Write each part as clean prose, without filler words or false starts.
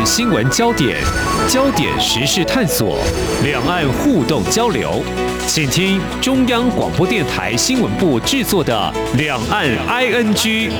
岸新闻焦点、焦点时事探索、两岸互动交流，请听中央广播电台新闻部制作的《两岸 ING》。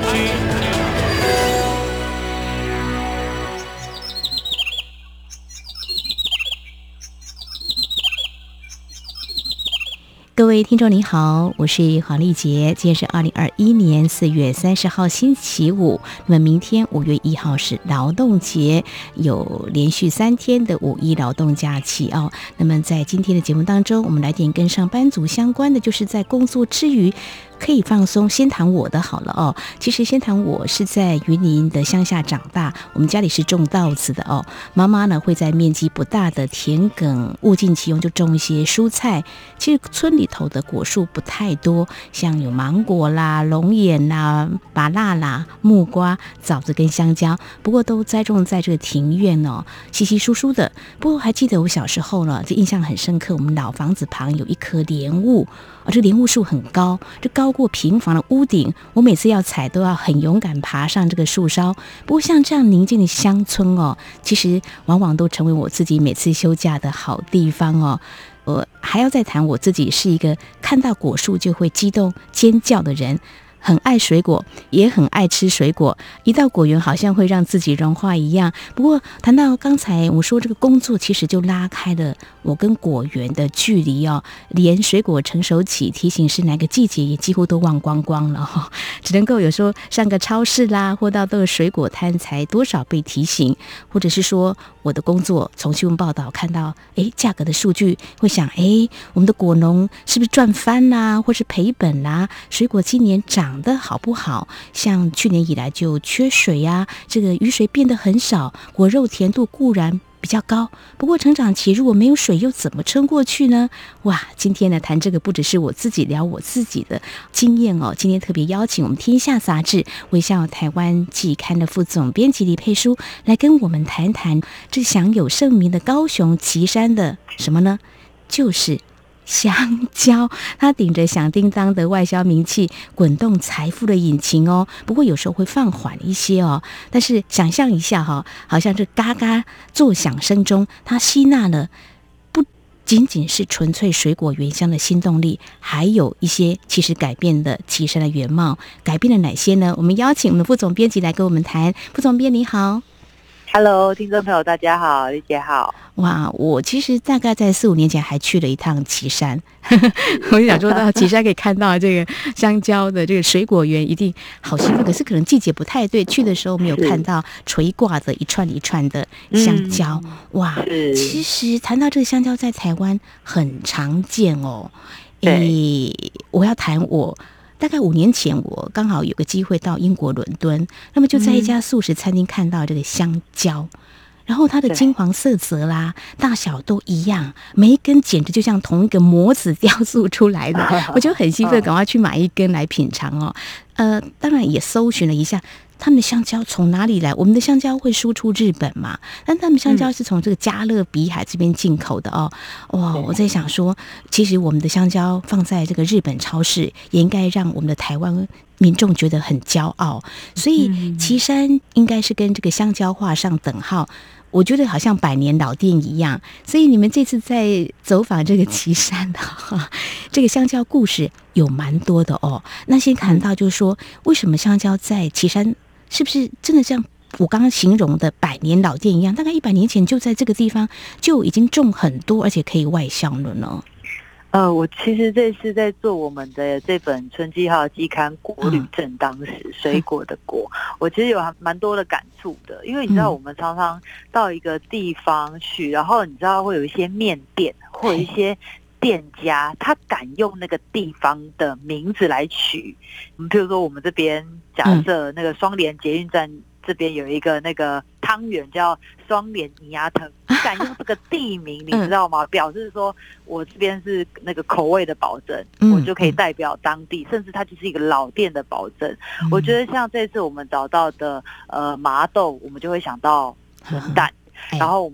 各位听众您好，我是黄丽杰，今天是2021年4月30号星期五，那么明天5月1号是劳动节，有连续3天的5·1劳动假期哦。那么在今天的节目当中，我们来点跟上班族相关的，就是在工作之余可以放松。先谈我的好了哦。其实先谈我是在云林的乡下长大，我们家里是种稻子的哦。妈妈呢会在面积不大的田埂物尽其用，就种一些蔬菜。其实村里头的果树不太多，像有芒果啦、龙眼啦、芭乐啦、木瓜、枣子跟香蕉，不过都栽种在这个庭院哦，稀稀疏疏的。不过还记得我小时候呢，这印象很深刻，我们老房子旁有一棵莲雾。这莲雾树很高，这高过平房的屋顶，我每次要采都要很勇敢爬上这个树梢。不过像这样宁静的乡村哦，其实往往都成为我自己每次休假的好地方哦。我还要再谈我自己是一个看到果树就会激动尖叫的人，很爱水果，也很爱吃水果，一到果园好像会让自己融化一样。不过谈到刚才我说这个工作，其实就拉开了我跟果园的距离哦，连水果成熟期提醒是哪个季节也几乎都忘光光了哦，只能够有时候上个超市啦，或到这个水果摊才多少被提醒，或者是说我的工作从新闻报道看到价格的数据，会想我们的果农是不是赚翻啦，或是赔本啦？水果今年涨的好不好？像去年以来就缺水啊，这个雨水变得很少，果肉甜度固然比较高，不过成长期如果没有水又怎么撑过去呢？哇，今天呢谈这个不只是我自己聊我自己的经验哦，今天特别邀请我们天下杂志微笑台湾季刊的副总编辑李佩书来跟我们谈谈这享有盛名的高雄旗山的什么呢？就是香蕉，它顶着响叮当的外销名气，滚动财富的引擎哦。不过有时候会放缓一些哦。但是想象一下哈，好像这嘎嘎作响声中，它吸纳了不仅仅是纯粹水果原香的新动力，还有一些其实改变了旗山的原貌。改变了哪些呢？我们邀请我们副总编辑来跟我们谈。副总编你好。 Hello， 听众朋友大家好，丽姐好。 哇，我其实大概在4、5年前还去了一趟旗山，我就想说到旗山可以看到这个香蕉的这个水果园，一定好兴奋。可是可能季节不太对，去的时候没有看到垂挂着一串一串的香蕉。哇，其实谈到这个香蕉在台湾很常见哦。我要谈我。大概5年前，我刚好有个机会到英国伦敦，那么就在一家素食餐厅看到这个香蕉，然后它的金黄色泽啦，大小都一样，每一根简直就像同一个模子雕塑出来的，我就很兴奋，赶快去买一根来品尝哦。当然也搜寻了一下。他们的香蕉从哪里来？我们的香蕉会输出日本嘛？但他们香蕉是从这个加勒比海这边进口的哦。哇，我在想说，其实我们的香蕉放在这个日本超市，也应该让我们的台湾民众觉得很骄傲。所以旗山应该是跟这个香蕉画上等号。我觉得好像100年老店一样，所以你们这次在走访这个旗山的这个香蕉故事有蛮多的哦。那先谈到就是说，为什么香蕉在旗山是不是真的像我刚刚形容的100年老店一样，大概100年前就在这个地方就已经种很多，而且可以外销了呢？ 我其实这次在做我们的这本春季号季刊《果旅正当时》，水果的果，我其实有蛮多的感触的，因为你知道我们常常到一个地方去，然后你知道会有一些面店或者一些店家，他敢用那个地方的名字来取，比如说我们这边假设那个双连捷运站这边有一个那个汤圆叫双连尼亚藤，敢用这个地名你知道吗？表示说我这边是那个口味的保证，我就可以代表当地，甚至它就是一个老店的保证。我觉得像这次我们找到的麻豆，我们就会想到文旦，然后我们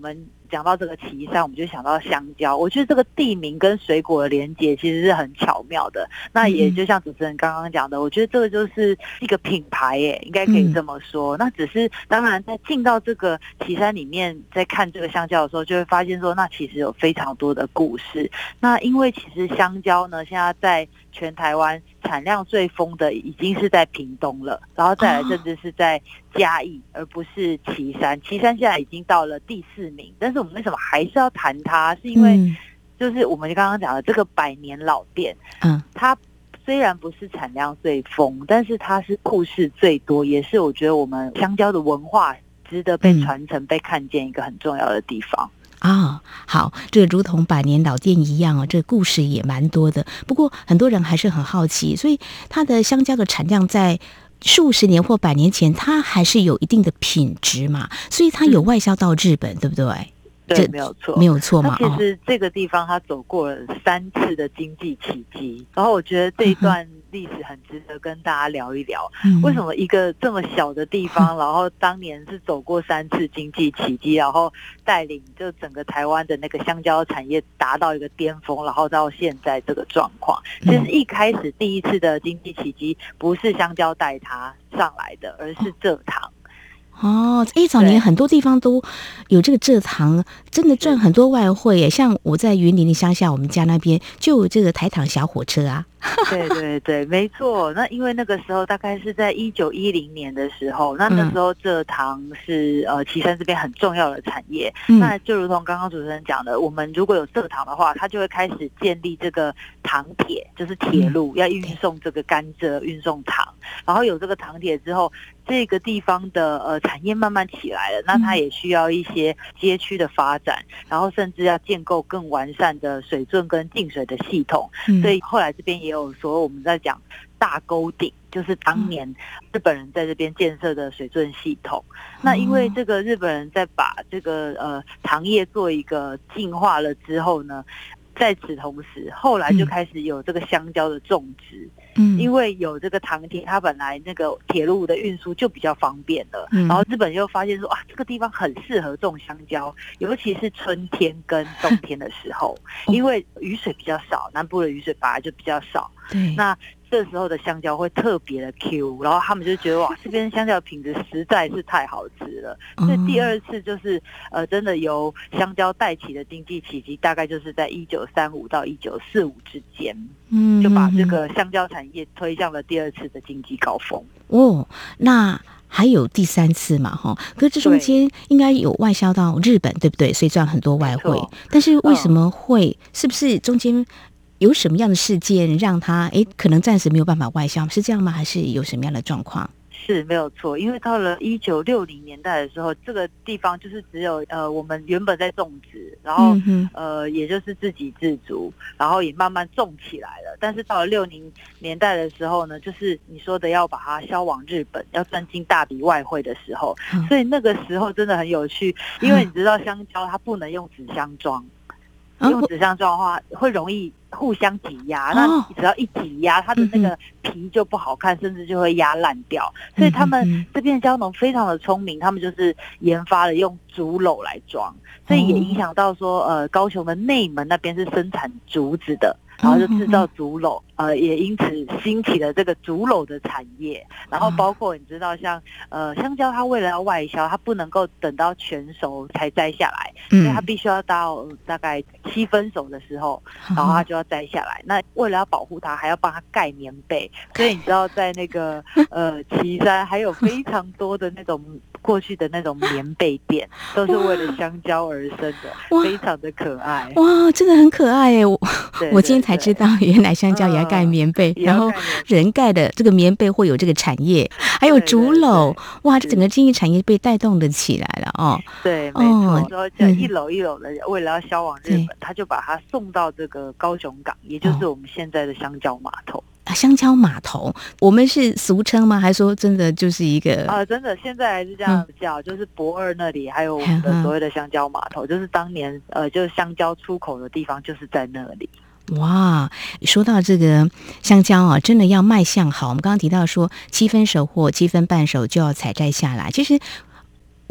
讲到这个旗山，我们就想到香蕉。我觉得这个地名跟水果的连结其实是很巧妙的。那也就像主持人刚刚讲的，我觉得这个就是一个品牌耶，应该可以这么说。那只是当然在进到这个旗山里面，在看这个香蕉的时候，就会发现说，那其实有非常多的故事。那因为其实香蕉呢，现在在全台湾产量最丰的已经是在屏东了，然后再来甚至是在嘉义，而不是旗山。旗山现在已经到了第4名，但是我们为什么还是要谈它？是因为就是我们刚刚讲的这个100年老店，它虽然不是产量最丰，但是它是故事最多，也是我觉得我们香蕉的文化值得被传承、被看见一个很重要的地方。 好，这个如同100年老店一样哦，这个故事也蛮多的。不过很多人还是很好奇，所以它的香蕉的产量在数十年或100年前，它还是有一定的品质嘛，所以它有外销到日本，对不对？ 对，没有错， 没有错嘛。 其实这个地方它走过了3次的经济奇迹，然后我觉得这一段历史很值得跟大家聊一聊。为什么一个这么小的地方，然后当年是走过3次经济奇迹，然后带领就整个台湾的那个香蕉产业达到一个巅峰，然后到现在这个状况。其实一开始第一次的经济奇迹不是香蕉带它上来的，而是蔗糖。 早年很多地方都有这个蔗糖，真的赚很多外汇耶。像我在云林的乡下，我们家那边就有这个台糖小火车啊。 对对对，没错。那因为那个时候大概是在1910年的时候，那时候蔗糖是旗山这边很重要的产业。那就如同刚刚主持人讲的，我们如果有蔗糖的话，它就会开始建立这个糖铁，就是铁路要运送这个甘蔗，运送糖。然后有这个糖铁之后，这个地方的产业慢慢起来了，那它也需要一些街区的发展，然后甚至要建构更完善的水圳跟净水的系统。所以后来这边也有说我们在讲大沟顶，就是当年日本人在这边建设的水圳系统。那因为这个日本人在把这个糖业做一个进化了之后呢，在此同时，后来就开始有这个香蕉的种植。因为有这个糖铁，它本来那个铁路的运输就比较方便了。然后日本又发现说，这个地方很适合种香蕉，尤其是春天跟冬天的时候，因为雨水比较少，南部的雨水本来就比较少。那这时候的香蕉会特别的 Q， 然后他们就觉得这边香蕉的品质实在是太好吃了。所以第二次就是真的由香蕉带起的经济奇迹，大概就是在1935到1945之间，就把这个香蕉产业推向了第2次的经济高峰。 那还有第3次嘛，可是这中间应该有外销到日本，对不对？所以赚很多外汇。但是为什么会？是不是中间有什么样的事件让他可能暂时没有办法外销，是这样吗？还是有什么样的状况？ 是没有错，因为到了1960年代的时候，这个地方就是只有我们原本在种植，然后也就是自给自足，然后也慢慢种起来了。但是到了60年代的时候呢，就是你说的要把它销往日本，要赚进大笔外汇的时候，所以那个时候真的很有趣，因为你知道香蕉它不能用纸箱装，用纸箱装的话会容易互相挤压，那你只要一挤压，它的那个皮就不好看，甚至就会压烂掉。所以他们这边蕉农非常的聪明，他们就是研发了用竹篓来装，所以也影响到说高雄的内门那边是生产竹子的，然后就制造竹篓，也因此兴起了这个竹篓的产业。然后包括你知道像香蕉，它为了要外销，它不能够等到全熟才摘下来，所以它必须要到大概7分熟的时候，然后它就要摘下来。那为了要保护它，还要帮它盖棉被，所以你知道在那个旗山还有非常多的那种过去的那种棉被店，都是为了香蕉而生的，非常的可爱。 真的很可爱耶！我今天才知道，原来香蕉也要盖棉被，然后人盖的这个棉被会有这个产业，还有竹篓。这整个经济产业被带动的起来了对，没错。然后就一篓一篓的，为了要销往日本，他就把它送到这个高雄港，也就是我们现在的香蕉码头。 香蕉码头，我们是俗称吗？还说真的就是一个真的现在还是这样叫，就是博二那里还有我们的所谓的香蕉码头，就是当年就是香蕉出口的地方，就是在那里。 说到这个香蕉真的要卖相好。我们刚刚提到说7分熟或7分半熟就要采摘下来。其实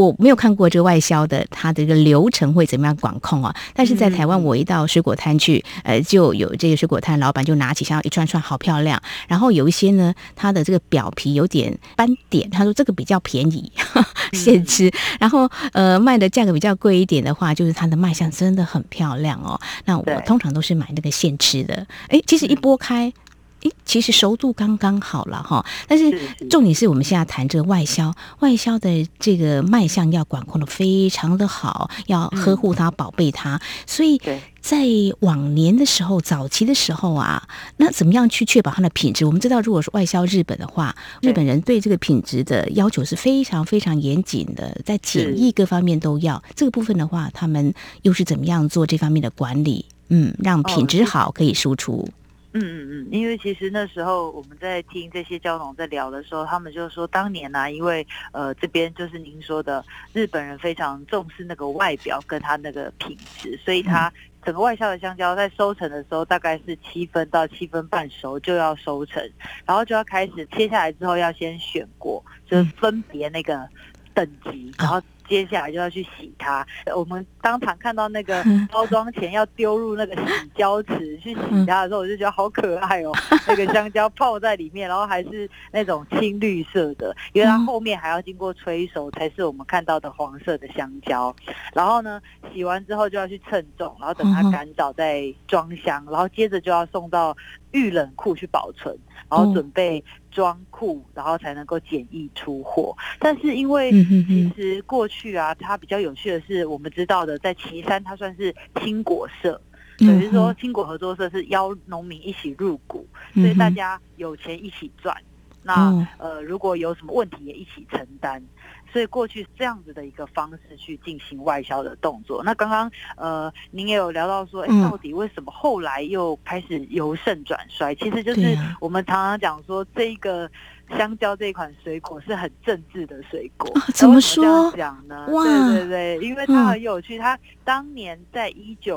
我没有看过这个外销的它的一个流程会怎么样管控啊，但是在台湾我一到水果摊去，就有这个水果摊老板就拿起像一串串好漂亮，然后有一些呢它的这个表皮有点斑点，他说这个比较便宜现吃，然后卖的价格比较贵一点的话，就是它的卖相真的很漂亮哦。那我通常都是买那个现吃的，其实一剥开。其实熟度刚刚好了哈，但是重点是我们现在谈这个外销的这个卖相要管控的非常的好，要呵护它、宝贝它，所以在往年的时候、早期的时候啊，那怎么样去确保它的品质？我们知道，如果是外销日本的话，日本人对这个品质的要求是非常非常严谨的，在检疫各方面都要。这个部分的话，他们又是怎么样做这方面的管理？让品质好可以输出。 因为其实那时候我们在听这些蕉农在聊的时候，他们就说当年啊，因为这边就是您说的日本人非常重视那个外表跟它那个品质，所以它整个外销的香蕉在收成的时候大概是7分到7分半熟就要收成，然后就要开始切下来之后要先选过，就是分别那个等级，然后接下来就要去洗它。我们当场看到那个包装前要丢入那个洗胶池去洗它的时候，我就觉得好可爱哦。那个香蕉泡在里面，然后还是那种青绿色的，因为它后面还要经过催熟才是我们看到的黄色的香蕉。然后呢，洗完之后就要去称重，然后等它干燥再装箱，然后接着就要送到预冷库去保存，然后准备装库，然后才能够检疫出货。但是因为其实过去啊，它比较有趣的是，我们知道的，在旗山它算是青果社，等于说青果合作社是邀农民一起入股，所以大家有钱一起赚。那如果有什么问题也一起承担。所以过去这样子的一个方式去进行外销的动作。那刚刚您也有聊到说，到底为什么后来又开始由盛转衰？其实就是我们常常讲说，这一个香蕉这一款水果是很政治的水果。 怎么说？ 这样讲呢？对，因为它很有趣。它当年在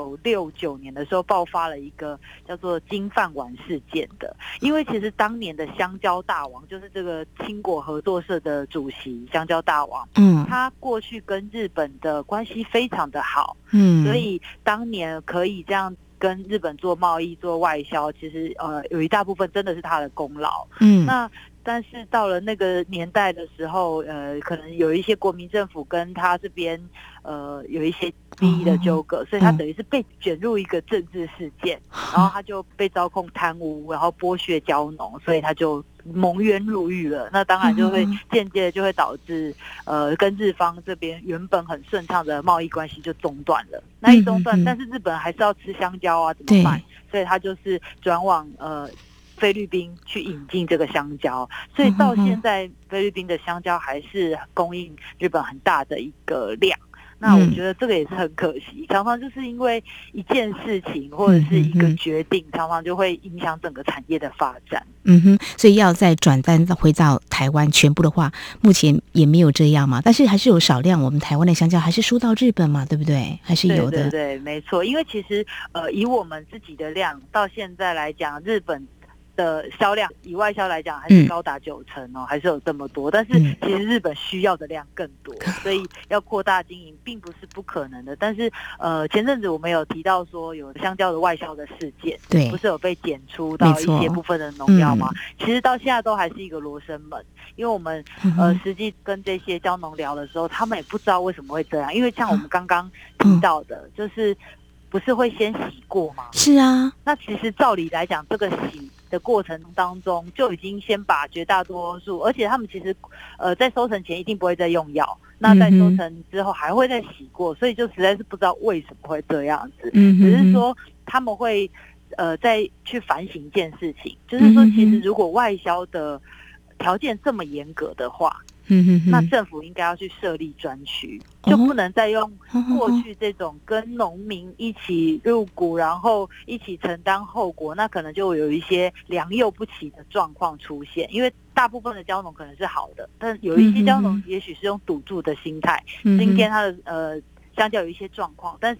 1969年的时候爆发了一个叫做金饭碗事件的。因为其实当年的香蕉大王就是这个青果合作社的主席香蕉大王，他过去跟日本的关系非常的好，所以当年可以这样跟日本做贸易做外销，其实有一大部分真的是他的功劳。那但是到了那个年代的时候，可能有一些国民政府跟他这边有一些利益的纠葛，所以他等于是被卷入一个政治事件，然后他就被招控贪污，然后剥削蕉农，所以他就蒙冤入狱了。那当然就会间接的就会导致跟日方这边原本很顺畅的贸易关系就中断了。那一中断，但是日本还是要吃香蕉啊，怎么办？所以他就是转往菲律宾去引进这个香蕉，所以到现在菲律宾的香蕉还是供应日本很大的一个量。那我觉得这个也是很可惜，常常就是因为一件事情或者是一个决定，常常就会影响整个产业的发展。 所以要再转单回到台湾全部的话，目前也没有这样嘛，但是还是有少量我们台湾的香蕉还是输到日本嘛，对不对？还是有的。 对，没错。因为其实以我们自己的量到现在来讲，日本的销量以外销来讲还是高达90%哦，还是有这么多。但是其实日本需要的量更多，所以要扩大经营并不是不可能的。但是前阵子我们有提到说有香蕉的外销的事件，对，不是有被检出到一些部分的农药吗？其实到现在都还是一个罗生门，因为我们实际跟这些蕉农聊的时候，他们也不知道为什么会这样。因为像我们刚刚提到的，就是不是会先洗过吗？ 是啊， 那其实照理来讲，这个洗的过程当中就已经先把绝大多数，而且他们其实在收成前一定不会再用药，那在收成之后还会再洗过，所以就实在是不知道为什么会这样子。只是说他们会再去反省一件事情，就是说其实如果外销的条件这么严格的话，那政府应该要去设立专区，就不能再用过去这种跟农民一起入股，然后一起承担后果，那可能就有一些良莠不齐的状况出现。因为大部分的蕉农可能是好的，但有一些蕉农也许是用赌注的心态，今天他的香蕉有一些状况，但是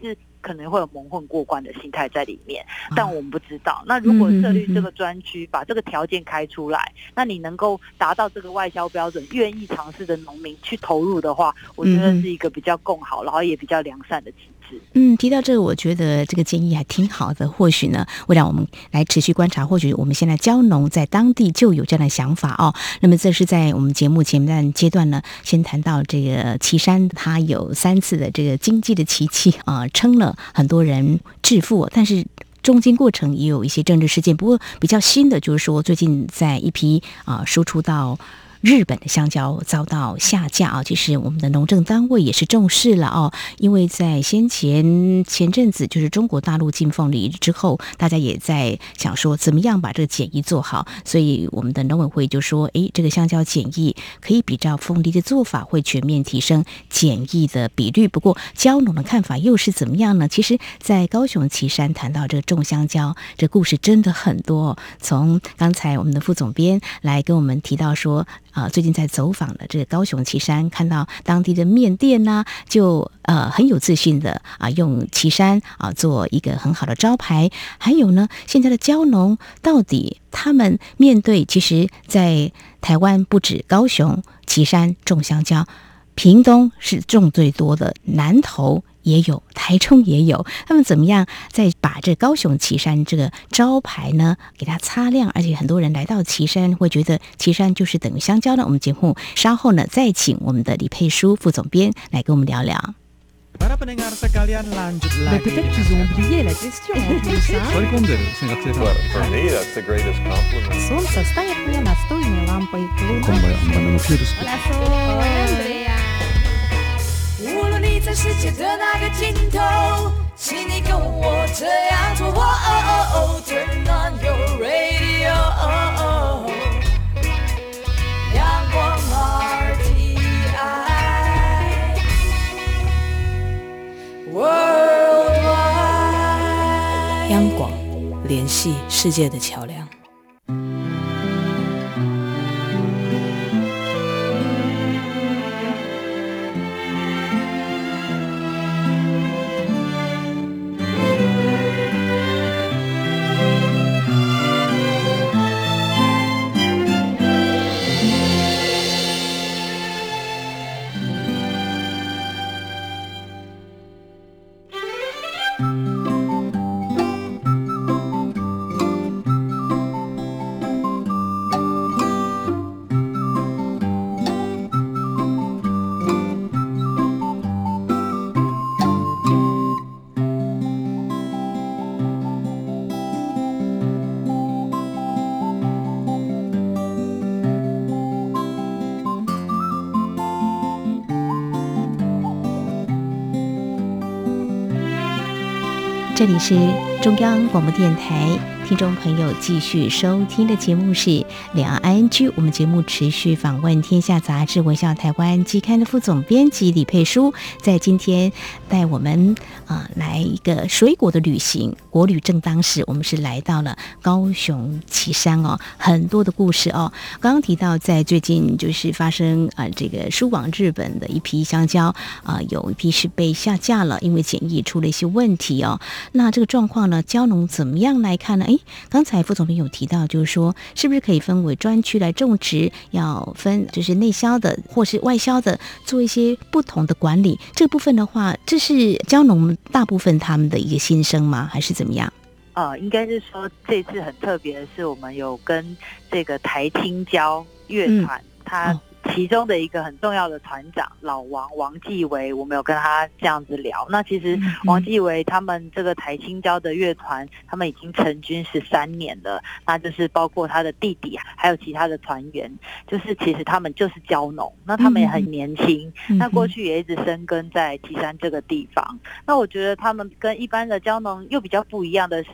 可能会有蒙混过关的心态在里面，但我们不知道。那如果设立这个专区，把这个条件开出来，那你能够达到这个外销标准，愿意尝试的农民去投入的话，我觉得是一个比较共好，然后也比较良善的机制。 提到这个，我觉得这个建议还挺好的。或许呢，会让我们来持续观察，或许我们现在蕉农在当地就有这样的想法哦。那么这是在我们节目前段阶段呢，先谈到这个旗山，它有3次的这个经济的奇迹啊，撑了很多人致富，但是中间过程也有一些政治事件。不过比较新的就是说，最近在一批输出到日本的香蕉遭到下架啊，其实我们的农政单位也是重视了哦，因为在前阵子就是中国大陆禁凤梨之后，大家也在想说怎么样把这个检疫做好，所以我们的农委会就说，这个香蕉检疫可以比照凤梨的做法，会全面提升检疫的比率。不过蕉农的看法又是怎么样呢？其实在高雄旗山谈到这个种香蕉，这故事真的很多哦。从刚才我们的副总编来跟我们提到说，最近在走访的这个高雄旗山，看到当地的面店呢，就很有自信的用旗山做一个很好的招牌。还有呢，现在的蕉农到底他们面对，其实在台湾不止高雄旗山种香蕉，屏东是种最多的，南投也有，台中也有，他们怎么样再把这高雄旗山这个招牌呢给它擦亮？而且很多人来到旗山会觉得旗山就是等于香蕉呢。我们节目稍后呢再请我们的李佩书副总编来跟我们聊聊。 Para pendengar sekalian lanjut lagi. Peut-être qu'ils ont oublié la question en plus, For me, that's the greatest compliment. Солнце станет мне настольной лампой. Hola, Andrea. 无论你在世界的哪个尽头，请你跟我这样做。Turn on your radio. 阳光 RTI Worldwide。 央广联系世界的桥梁。 这里是中央广播电台，听众朋友继续收听的节目是两岸ING。我们节目持续访问天下杂志文效台湾季刊的副总编辑李佩书，在今天带我们来一个水果的旅行，国旅正当时，我们是来到了高雄旗山哦，很多的故事哦。刚刚提到在最近就是发生这个输往日本的一批香蕉有一批是被下架了，因为检疫出了一些问题哦。那这个状况呢，蕉农怎么样来看呢？刚才副总编有提到，就是说是不是可以分为专区来种植，要分就是内销的或是外销的，做一些不同的管理。这个部分的话，这是蕉农大部分他们的一个心声吗？还是怎么样？ 应该是说这次很特别的是，我们有跟这个台青蕉乐团，他其中的一个很重要的团长老王继维，我们有跟他这样子聊。那其实王继维他们这个台青蕉的乐团，他们已经成军13年了，那就是包括他的弟弟还有其他的团员，就是其实他们就是蕉农，那他们也很年轻，那过去也一直生根在旗山这个地方。那我觉得他们跟一般的蕉农又比较不一样的是，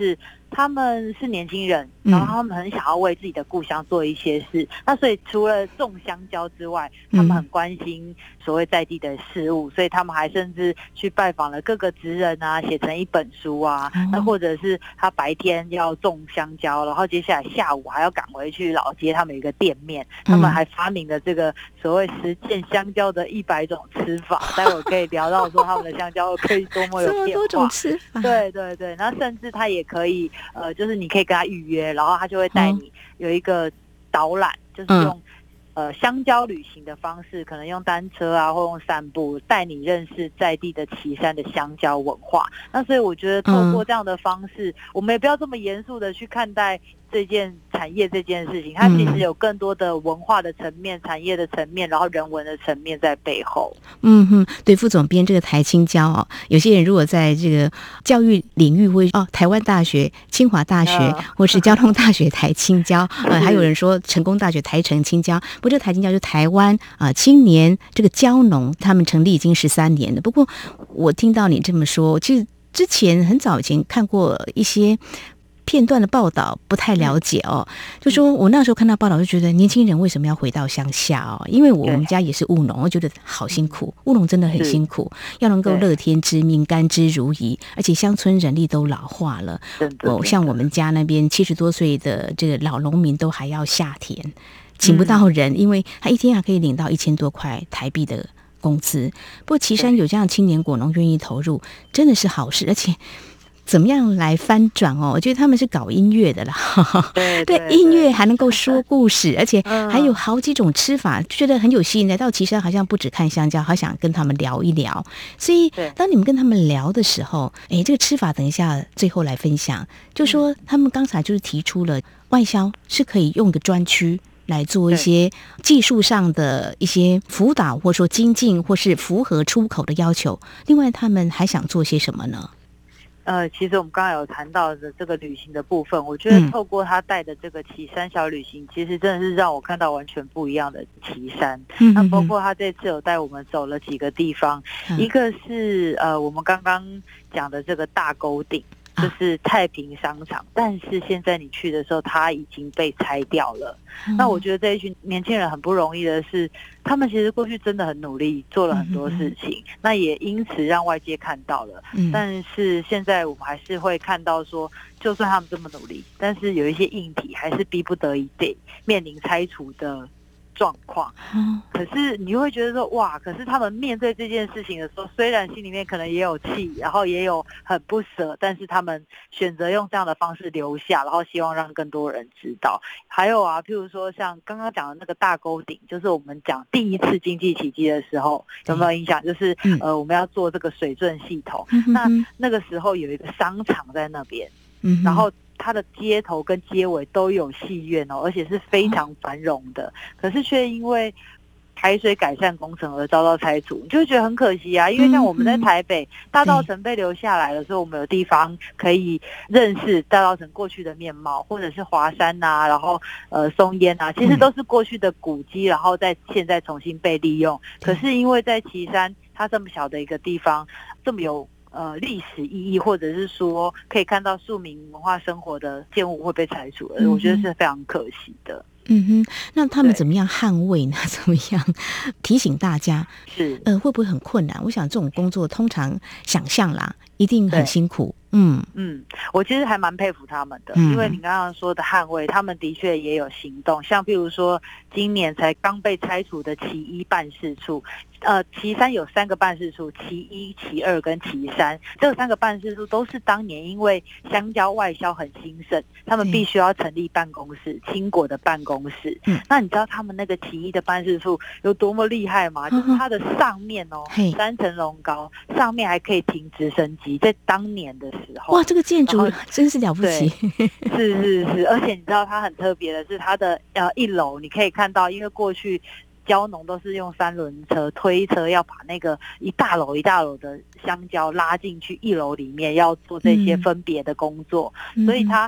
他们是年轻人，然后他们很想要为自己的故乡做一些事。那所以除了种香蕉之外，他们很关心所谓在地的事物，所以他们还甚至去拜访了各个职人啊，写成一本书啊。那或者是他白天要种香蕉，然后接下来下午还要赶回去老街，他们有一个店面，他们还发明了这个所谓实践香蕉的100种吃法。待会可以聊到说他们的香蕉可以多么有变化，这么多种吃法。 对对对，然后甚至他也可以就是你可以跟他预约，然后他就会带你有一个导览，就是用香蕉旅行的方式，可能用单车啊或用散步带你认识在地的旗山的香蕉文化。那所以我觉得透过这样的方式，我们也不要这么严肃的去看待这件产业这件事情，它其实有更多的文化的层面、产业的层面，然后人文的层面在背后。 对，副总编，这个台青交哦，有些人如果在这个教育领域会台湾大学、清华大学，或是交通大学台青交，还有人说成功大学台城青交。不过这个台青交就是台湾青年这个蕉农，他们成立已经13年了。不过我听到你这么说，其实之前很早以前看过一些片段的报道，不太了解哦。就说我那时候看到报道，就觉得年轻人为什么要回到乡下哦？因为我们家也是务农，我觉得好辛苦，务农真的很辛苦，要能够乐天知命、甘之如饴，而且乡村人力都老化了。像我们家那边70多岁的这个老农民都还要下田，请不到人，因为他一天还可以领到1000多块台币的工资。不过旗山有这样青年果农愿意投入，真的是好事，而且怎么样来翻转哦？我觉得他们是搞音乐的啦，对，音乐还能够说故事，而且还有好几种吃法，觉得很有吸引。来到旗山好像不只看香蕉，好想跟他们聊一聊。所以当你们跟他们聊的时候，这个吃法等一下最后来分享。就说他们刚才就是提出了外销是可以用一个专区来做一些技术上的一些辅导，或者说精进，或是符合出口的要求。另外，他们还想做些什么呢？ 其实我们刚才有谈到的这个旅行的部分，我觉得透过他带的这个旗山小旅行，其实真的是让我看到完全不一样的旗山。那包括他这次有带我们走了几个地方，一个是我们刚刚讲的这个大沟顶，就是太平商场，但是现在你去的时候，它已经被拆掉了。那我觉得这一群年轻人很不容易的是，他们其实过去真的很努力，做了很多事情，那也因此让外界看到了。但是现在我们还是会看到说，就算他们这么努力，但是有一些硬体还是逼不得已得面临拆除的状况。可是你会觉得说，哇，可是他们面对这件事情的时候，虽然心里面可能也有气，然后也有很不舍，但是他们选择用这样的方式留下，然后希望让更多人知道。还有啊，譬如说像刚刚讲的那个大沟顶，就是我们讲第一次经济奇迹的时候，有没有印象？就是我们要做这个水圳系统，那个时候有一个商场在那边，然后它的街头跟街尾都有戏院哦，而且是非常繁荣的，可是却因为排水改善工程而遭到拆除，你就会觉得很可惜啊。因为像我们在台北大稻埕被留下来的时候，我们有地方可以认识大稻埕过去的面貌，或者是华山啊，然后松烟啊，其实都是过去的古迹，然后在现在重新被利用。可是因为在旗山它这么小的一个地方，这么有历史意义，或者是说可以看到庶民文化生活的建物会被拆除了，我觉得是非常可惜的。 那他们怎么样捍卫呢？怎么样提醒大家？ 是会不会很困难？我想这种工作通常想象啦，一定很辛苦。 我其实还蛮佩服他们的，因为你刚刚说的捍卫，他们的确也有行动，像譬如说今年才刚被拆除的旗一办事处。旗山有3个办事处，旗一、旗2跟旗3，这3个办事处都是当年因为香蕉外销很兴盛，他们必须要成立办公室，青果的办公室。那你知道他们那个旗一的办事处有多么厉害吗？就是它的上面3层楼高，上面还可以停直升机，在当年的时候， 哇，这个建筑真是了不起。 是，而且你知道它很特别的是，它的1楼你可以看到，因为过去蕉农都是用3轮车推车，要把那个一大篓一大篓的香蕉拉进去1楼里面，要做这些分别的工作，所以它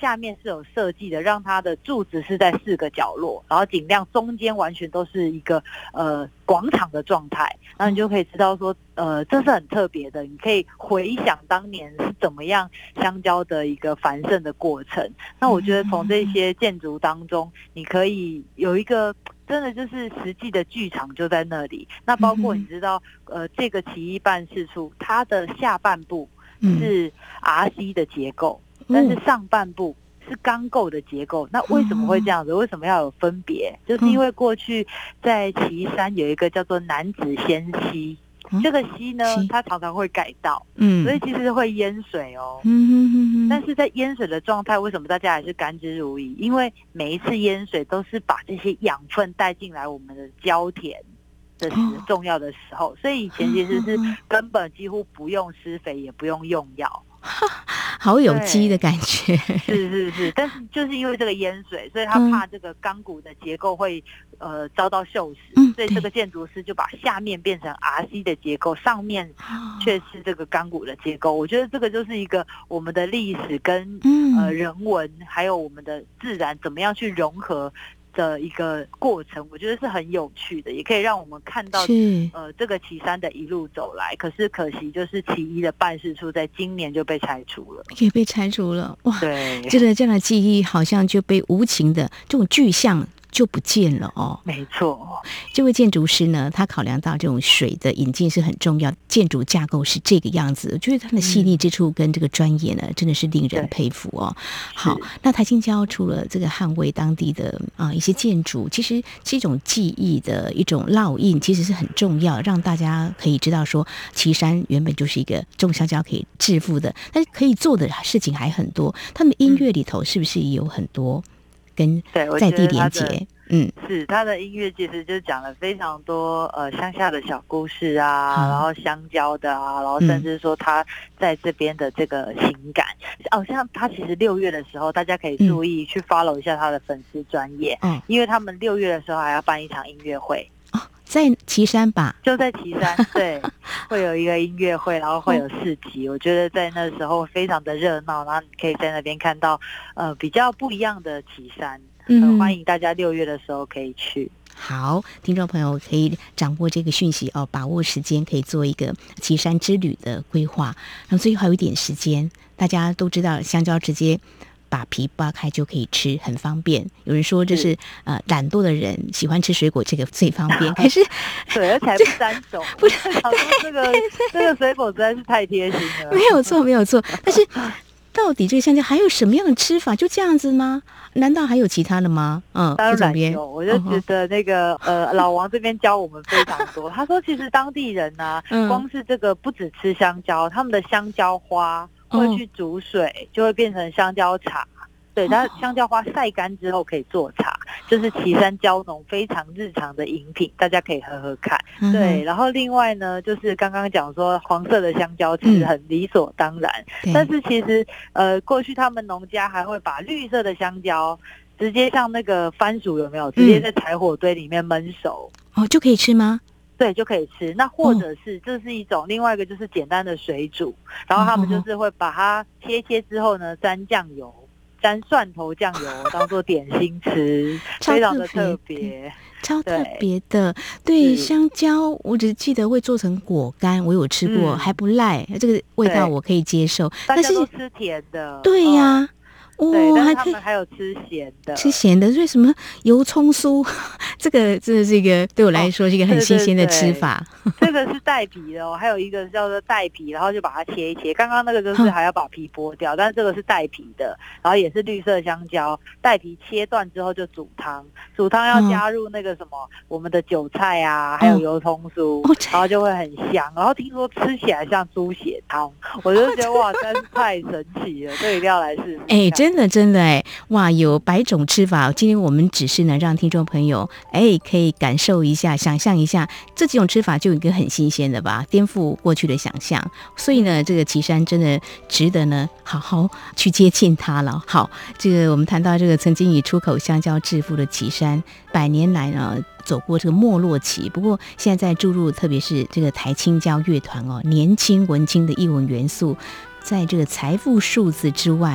下面是有设计的，让它的柱子是在4个角落，然后尽量中间完全都是一个广场的状态，然后你就可以知道说这是很特别的，你可以回想当年是怎么样香蕉的一个繁盛的过程。那我觉得从这些建筑当中，你可以有一个真的就是实际的剧场就在那里。那包括你知道这个奇异办事处它的下半部是 RC 的结构，但是上半部是钢构的结构。那为什么会这样子？为什么要有分别？就是因为过去在旗山有一个叫做南子仙溪，这个溪呢它常常会改道，所以其实会淹水哦。但是在淹水的状态，为什么大家还是甘之如饴？因为每一次淹水都是把这些养分带进来我们的蕉田的重要的时候，所以以前其实是根本几乎不用施肥，也不用用药。 好有机的感觉。 是，但是就是因为这个淹水，所以他怕这个钢骨的结构会遭到锈蚀，所以这个建筑师就把下面变成 RC 的结构，上面却是这个钢骨的结构。我觉得这个就是一个我们的历史跟人文还有我们的自然怎么样去融合的一个过程，我觉得是很有趣的，也可以让我们看到这个旗山的一路走来。可是可惜就是旗一的办事处在今年就被拆除了， 也被拆除了。哇， 对， 这样的记忆好像就被无情的这种具象就不见了哦。 没错， 这位建筑师呢，他考量到这种水的引进是很重要，建筑架构是这个样子，我觉得他的细腻之处跟这个专业呢，真的是令人佩服哦。好，那台青交除了这个捍卫当地的一些建筑，其实是一种记忆的一种烙印，其实是很重要，让大家可以知道说，旗山原本就是一个种香蕉可以致富的，但是可以做的事情还很多。他们音乐里头是不是也有很多跟在地连结？ 是他的音乐其实就讲了非常多乡下的小故事啊，然后香蕉的啊，然后甚至说他在这边的这个情感。像他其实6月的时候，大家可以注意去 follow 一下他的粉丝专页，因为他们6月的时候还要办一场音乐会。 在旗山吧， 就在旗山，对，会有一个音乐会，然后会有市集。我觉得在那时候非常的热闹，然后你可以在那边看到比较不一样的旗山。欢迎大家6月的时候可以去。 好，听众朋友可以掌握这个讯息哦，把握时间，可以做一个旗山之旅的规划。然后最后还有一点时间，大家都知道香蕉直接把皮扒开就可以吃，很方便。有人说这是懒惰的人喜欢吃水果，这个最方便。可是对，而且还不沾手，不是想说这个水果实在是太贴心了。 没有错。但是到底这个香蕉还有什么样的吃法？就这样子吗？难道还有其他的吗？ 当然有，我就觉得那个老王这边教我们非常多。他说其实当地人啊，光是这个不只吃香蕉，他们的香蕉花会去煮水，就会变成香蕉茶。对，它香蕉花晒干之后可以做茶，就是旗山蕉农非常日常的饮品，大家可以喝喝看。对，然后另外呢，就是刚刚讲说黄色的香蕉其实很理所当然，但是其实过去他们农家还会把绿色的香蕉直接像那个番薯有没有，直接在柴火堆里面焖熟。 就可以吃吗？ 对，就可以吃。那或者是这是一种，另外一个就是简单的水煮，然后他们就是会把它切之后呢，沾酱油。沾蒜头酱油当做点心吃，非常的特别， 超特别的。对，香蕉我只记得会做成果干，我有吃过，还不赖，这个味道我可以接受。 大家都吃甜的， 对呀。 对，但是他们还有吃咸的， 所以什么油葱酥，这是一个对我来说是一个很新鲜的吃法。 这个是带皮的哦，还有一个叫做带皮，然后就把它切一切。刚刚那个就是还要把皮剥掉，但是这个是带皮的，然后也是绿色香蕉，带皮切断之后就煮汤，煮汤要加入那个什么我们的韭菜啊，还有油葱酥，然后就会很香。然后听说吃起来像猪血汤，我就觉得哇，真是太神奇了，这一定要来试试。 真的哇，有100种吃法。今天我们只是呢让听众朋友可以感受一下，想象一下这几种吃法，就有一个很新鲜的吧，颠覆过去的想象。所以呢，这个旗山真的值得呢好好去接近它了。好，这个我们谈到这个曾经以出口香蕉致富的旗山，100年来呢走过这个没落期，不过现在注入特别是这个台青交乐团年轻文青的艺文元素，在这个财富数字之外呢，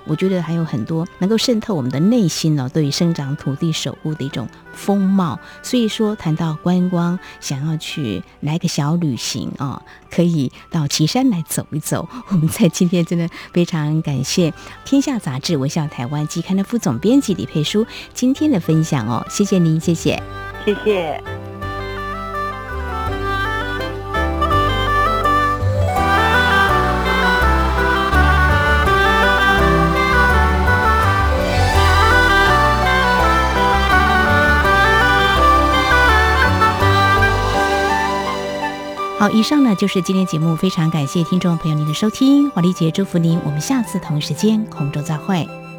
我觉得还有很多能够渗透我们的内心哦，对于生长土地守护的一种风貌。所以说谈到观光，想要去来个小旅行啊，可以到旗山来走一走。我们在今天真的非常感谢天下杂志微笑台湾季刊的副总编辑李佩书今天的分享哦，谢谢您，谢谢， 谢谢。 好，以上呢就是今天节目，非常感谢听众朋友您的收听，华丽姐祝福您，我们下次同一时间空中再会。